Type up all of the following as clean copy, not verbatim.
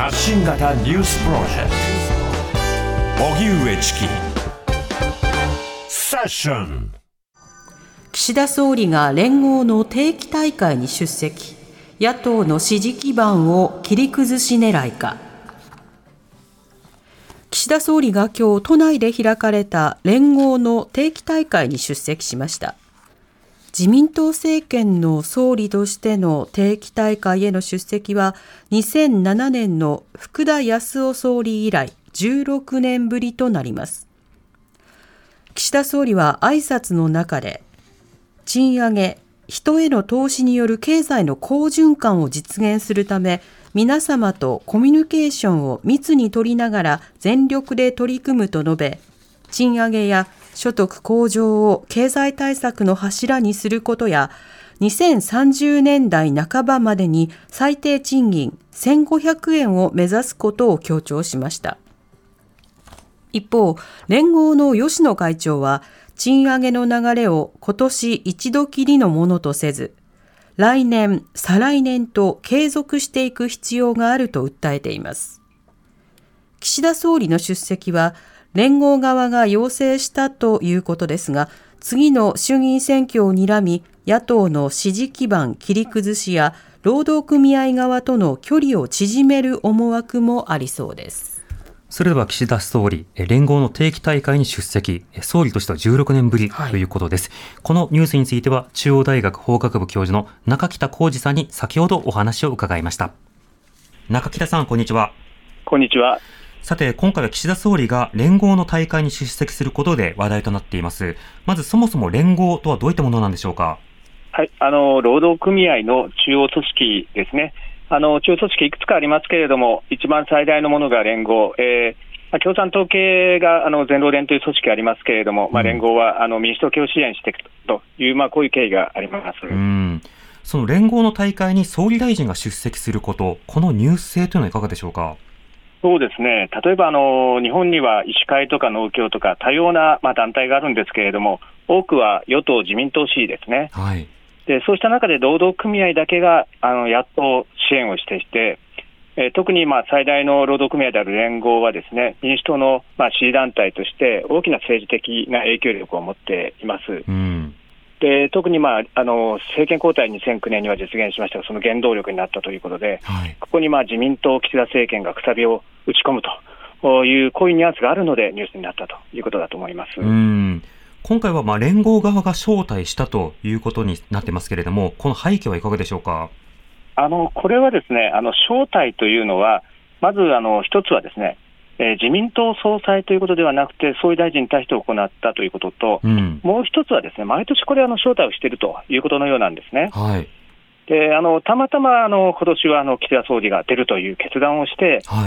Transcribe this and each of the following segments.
発信型ニュースプロジェクト荻上チキセッション。 岸田総理が連合の定期大会に出席。野党の支持基盤を切り崩し狙いか。岸田総理が今日都内で開かれた連合の定期大会に出席しました。自民党政権の総理としての定期大会への出席は2007年の福田康夫総理以来16年ぶりとなります。岸田総理は挨拶の中で、賃上げ、人への投資による経済の好循環を実現するため、皆様とコミュニケーションを密に取りながら全力で取り組むと述べ、賃上げや所得向上を経済対策の柱にすることや、2030年代半ばまでに最低賃金1500円を目指すことを強調しました。一方、連合の吉野会長は、賃上げの流れを今年一度きりのものとせず、来年、再来年と継続していく必要があると訴えています。岸田総理の出席は、連合側が要請したということですが、次の衆議院選挙を睨み、野党の支持基盤切り崩しや、労働組合側との距離を縮める思惑もありそうです。 それでは岸田総理、連合の定期大会に出席、総理としては16年ぶりということです。このニュースについては、中央大学法学部教授の中北浩二さんに先ほどお話を伺いました。中北さん、こんにちは。 こんにちは。 さて、今回は岸田総理が連合の大会に出席することで話題となっています。まずそもそも連合とはどういったものなんでしょうか。 はい、労働組合の中央組織ですね。中央組織いくつかありますけれども、一番最大のものが連合、共産党系が全労連という組織がありますけれども、連合は民主党系を支援していくという、こういう経緯があります。 その連合の大会に総理大臣が出席すること、このニュース性というのはいかがでしょうか。 そうですね、例えば日本には医師会とか農協とか多様な団体があるんですけれども、多くは与党自民党支持ですね。 はい。 でそうした中で労働組合だけがやっと支援をしていて、特に最大の労働組合である連合はですね、民主党の支持団体として大きな政治的な影響力を持っています。で特に政権交代2009年には実現しましたが、その原動力になったということで、ここに自民党岸田政権がくさびを打ち込むという、こういうニュアンスがあるのでニュースになったということだと思います。 今回は連合側が招待したということになってますけれども、この背景はいかがでしょうか。 これはですね、招待というのは、まず一つはですね、自民党総裁ということではなくて、総理大臣に対して行ったということと、もう一つはですね、毎年これ招待をしているということのようなんですね。 はい。 でたまたま今年は岸田総理が出るという決断をして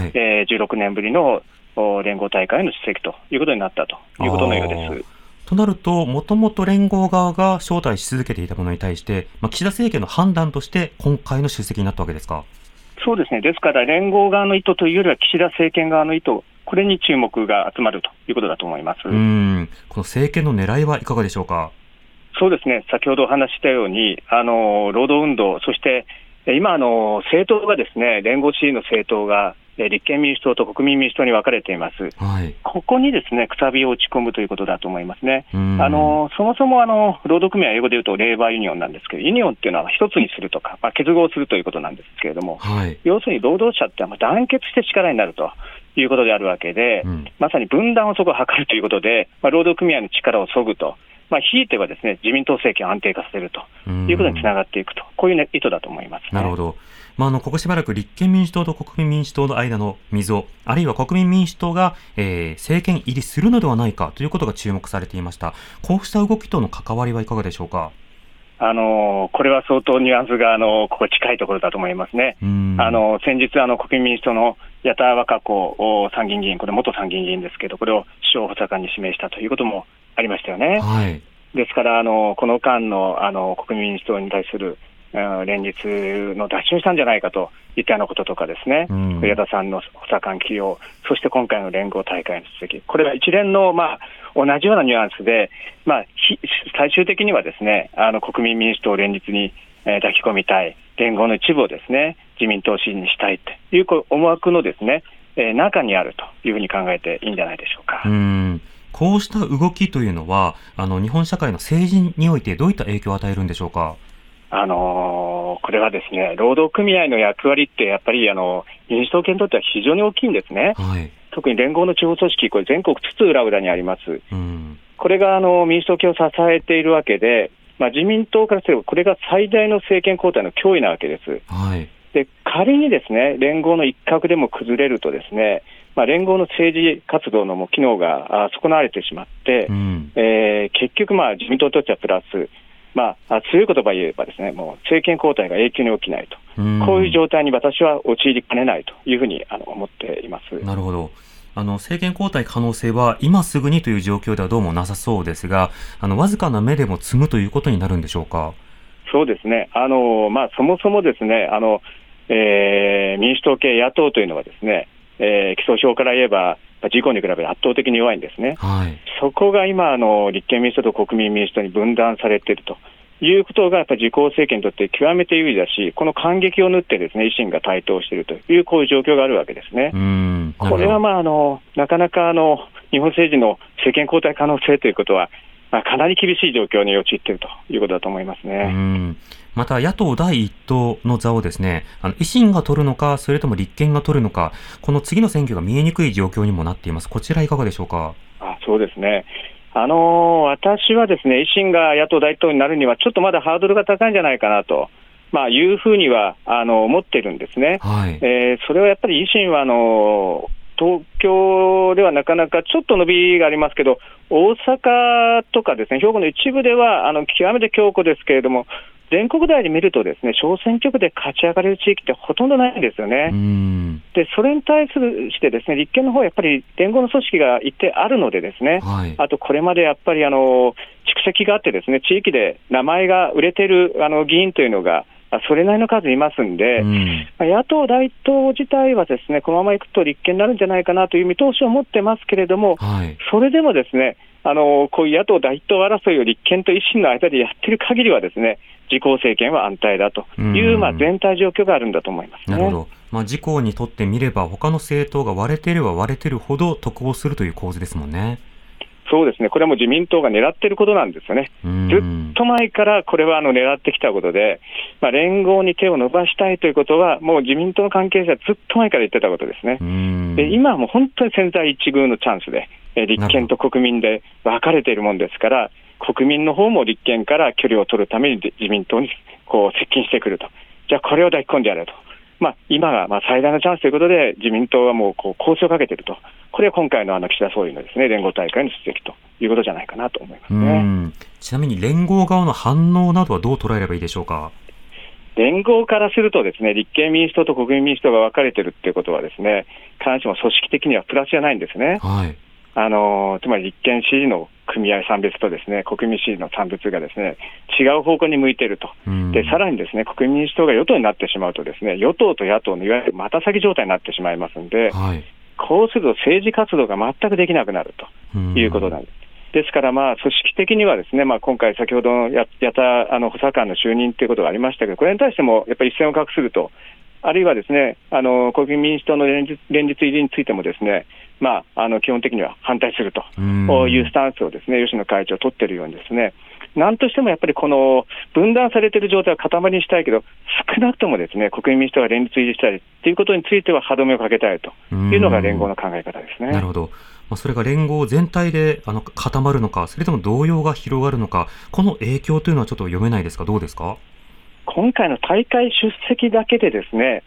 、16年ぶりの連合大会への出席ということになったということのようです。 となると、もともと連合側が招待し続けていたものに対して、岸田政権の判断として今回の出席になったわけですか。 そうですね。ですから連合側の意図というよりは岸田政権側の意図、これに注目が集まるということだと思います。この政権の狙いはいかがでしょうか。 そうですね。先ほどお話ししたように労働運動、そして今政党がですね、連合支持の政党が立憲民主党と国民民主党に分かれています。ここにですね、くさびを打ち込むということだと思いますね。そもそも労働組合、英語で言うとレーバーユニオンなんですけど、ユニオンっていうのは一つにするとか、結合するということなんですけれども、要するに労働者って団結して力になるということであるわけで、まさに分断をそこを図るということで、労働組合の力を削ぐと、ひいてはですね、自民党政権を安定化させるということにつながっていくと、こういう、意図だと思います、ね。 なるほど。ここしばらく立憲民主党と国民民主党の間の溝、あるいは国民民主党が、政権入りするのではないかということが注目されていました。こうした動きとの関わりはいかがでしょうか。 これは相当ニュアンスがここ近いところだと思いますね。先日国民民主党の矢田稚子参議院議員、これ元参議院議員ですけど、これを首相補佐官に指名したということもありましたよね。ですからこの間の国民民主党に対する連立の脱出したんじゃないかといったようなこととかですね、矢田さんの補佐官起用、そして今回の連合大会の出席、これは一連の同じようなニュアンスで、最終的にはですね、国民民主党を連立に抱き込みたい連合の一部をですね、 自民党支持にしたいという思惑のですね、中にあるというふうに考えていいんじゃないでしょうか。 こうした動きというのは日本社会の政治においてどういった影響を与えるんでしょうか。 これはですね、労働組合の役割ってやっぱり民主党系にとっては非常に大きいんですね。特に連合の地方組織、これ全国津々浦々にあります。これが民主党系を支えているわけで、自民党からすればこれが最大の政権交代の脅威なわけです。で、仮にですね、連合の一角でも崩れるとですね、連合の政治活動の機能が損なわれてしまって、結局自民党にとってはプラス、強い言葉を言えばですね、もう政権交代が永久に起きないと、こういう状態に私は陥りかねないというふうに思っています。 なるほど。政権交代可能性は今すぐにという状況ではどうもなさそうですが、わずかな目でも積むということになるんでしょうか。 そうですね。そもそもですね、民主党系野党というのはですね、基礎票から言えば自公に比べて圧倒的に弱いんですね。そこが今立憲民主党と国民民主党に分断されているということがやっぱり自公政権にとって極めて有利だし、この間隙を縫ってですね、維新が台頭しているというこういう状況があるわけですね。これはなかなか日本政治の政権交代可能性ということはかなり厳しい状況に陥っているということだと思いますね。 また野党第一党の座をですね、維新が取るのか、それとも立憲が取るのか、この次の選挙が見えにくい状況にもなっています。こちらいかがでしょうか。 そうですね。私はですね、維新が野党第一党になるにはちょっとまだハードルが高いんじゃないかなと、いうふうには思っているんですね。それはやっぱり維新は東京ではなかなかちょっと伸びがありますけど、大阪とかですね、兵庫の一部では極めて強固ですけれども、全国大で見るとですね、小選挙区で勝ち上がれる地域ってほとんどないんですよね。で、それに対してですね、立憲の方はやっぱり連合の組織が一定あるのでですね、あとこれまでやっぱり蓄積があってですね、地域で名前が売れている議員というのがそれなりの数いますんで、野党第一党自体はですね、このままいくと立憲になるんじゃないかなという見通しを持ってますけれども、それでもですね、こういう野党第一党争いを立憲と維新の間でやっている限りはですね、自公政権は安泰だという全体状況があるんだと思いますね。 なるほど。自公にとってみれば他の政党が割れていれば割れているほど得をするという構図ですもんね。 そうですね、これはもう自民党が狙っていることなんですよね。ずっと前からこれは狙ってきたことで、連合に手を伸ばしたいということはもう自民党の関係者はずっと前から言ってたことですね。で、今はもう本当に千載一遇のチャンスで、立憲と国民で分かれているもんですから、国民の方も立憲から距離を取るために自民党に接近してくると。じゃあこれを抱き込んでやると。今が最大のチャンスということで自民党はもう構成をかけていると。これは今回の岸田総理のですね、連合大会の出席ということじゃないかなと思いますね。 ちなみに連合側の反応などはどう捉えればいいでしょうか。 連合からするとですね、立憲民主党と国民民主党が分かれているということはですね、必ずしも組織的にはプラスじゃないんですね。つまり立憲支持の組合参別とですね、国民支持の参別がですね、違う方向に向いていると。で、さらにですね、国民民主党が与党になってしまうとですね、与党と野党のいわゆるまた先状態になってしまいますので、こうすると政治活動が全くできなくなるということなんです。ですから組織的にはですね、今回先ほどのやった補佐官の就任ということがありましたけど、これに対してもやっぱり一線を画すると、あるいはですね、国民民主党の連日入りについてもですね、基本的には反対するというスタンスをですね、吉野会長取っているようにですね、なんとしてもやっぱりこの分断されている状態を塊にしたいけど、少なくともですね、国民民主党が連立入りしたいということについては歯止めをかけたいというのが連合の考え方ですね。 なるほど。それが連合全体で固まるのか、それとも動揺が広がるのか、この影響というのはちょっと読めないですか、どうですか。 今回の大会出席だけでですね、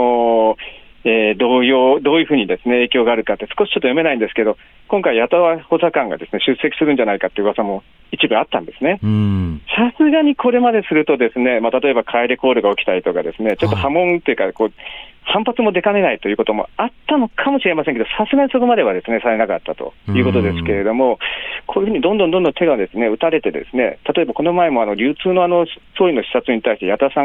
動揺、どういうふうにですね、影響があるかって少しちょっと読めないんですけど、今回野党補佐官がですね、出席するんじゃないかっていう噂も一部あったんですね。さすがにこれまでするとですね、例えば帰りコールが起きたりとかですね、ちょっと波紋というか反発も出かねないということもあったのかもしれませんけど、さすがにそこまではですね、されなかったということですけれども、こういうふうにどんどん手がですね、打たれてですね、例えばこの前も流通の総理の視察に対して矢田さんが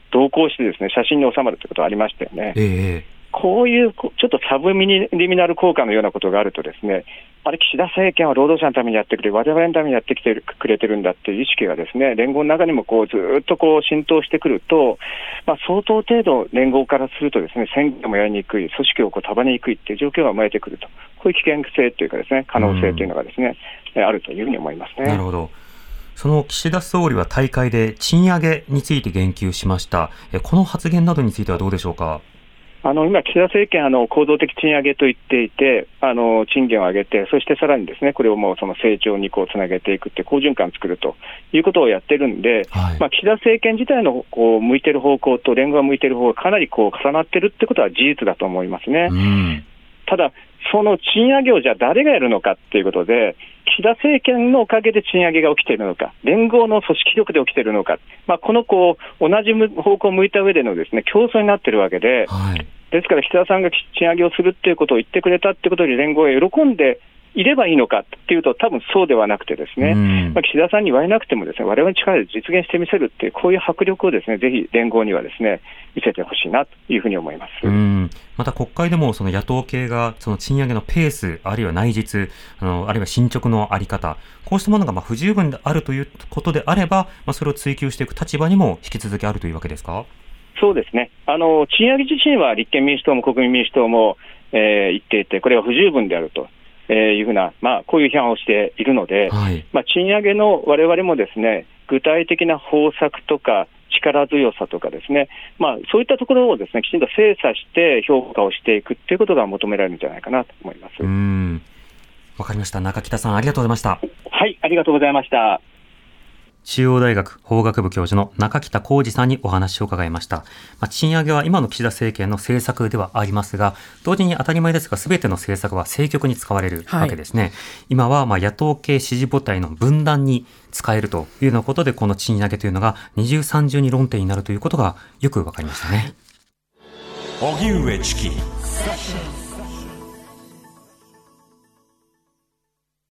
同行してですね、写真に収まるということがありましたよね。こういうちょっとサブリミナル効果のようなことがあるとですね、あれ、岸田政権は労働者のためにやってくれ、我々のためにやってきてくれてるんだっていう意識がですね、連合の中にもずっと浸透してくると、相当程度連合からするとですね、選挙もやりにくい、組織を束ねにくいっていう状況が生まれてくると、こういう危険性というかですね、可能性というのがですね、あるというふうに思いますね。 なるほど。その岸田総理は大会で賃上げについて言及しました。この発言などについてはどうでしょうか。 今、岸田政権構造的賃上げと言っていて、賃金を上げて、そしてさらにですね、これをもうその成長につなげていくって好循環を作るということをやってるんで、岸田政権自体の向いてる方向と連合が向いてる方がかなり重なってるってことは事実だと思いますね。ただ、その賃上げをじゃあ誰がやるのかっていうことで、岸田政権のおかげで賃上げが起きているのか、連合の組織力で起きているのか、この同じ方向を向いた上でのですね、競争になっているわけで、ですから岸田さんが賃上げをするっていうことを言ってくれたってことに連合が喜んでいればいいのかっていうと、多分そうではなくてですね、岸田さんに言われなくてもですね、我々の力で実現してみせるっていう、こういう迫力をですね、ぜひ連合にはですね、見せてほしいなというふうに思います。 また国会でもその野党系がその賃上げのペース、あるいは内実、あるいは進捗のあり方、こうしたものが不十分であるということであれば、それを追求していく立場にも引き続きあるというわけですか。 そうですね。賃上げ自身は立憲民主党も国民民主党も、言っていて、これは不十分であるというふうな、こういう批判をしているので、賃上げの我々もですね、具体的な方策とか力強さとかですね、そういったところをですね、きちんと精査して評価をしていくということが求められるんじゃないかなと思います。 わかりました。中北さん、ありがとうございました。 はい、ありがとうございました。 中央大学法学部教授の中北浩二さんにお話を伺いました。賃上げは今の岸田政権の政策ではありますが、同時に当たり前ですが全ての政策は政局に使われるわけですね。今は野党系支持母体の分断に使えるというようなことで、この賃上げというのが二重三重に論点になるということがよくわかりましたね。 荻上チキ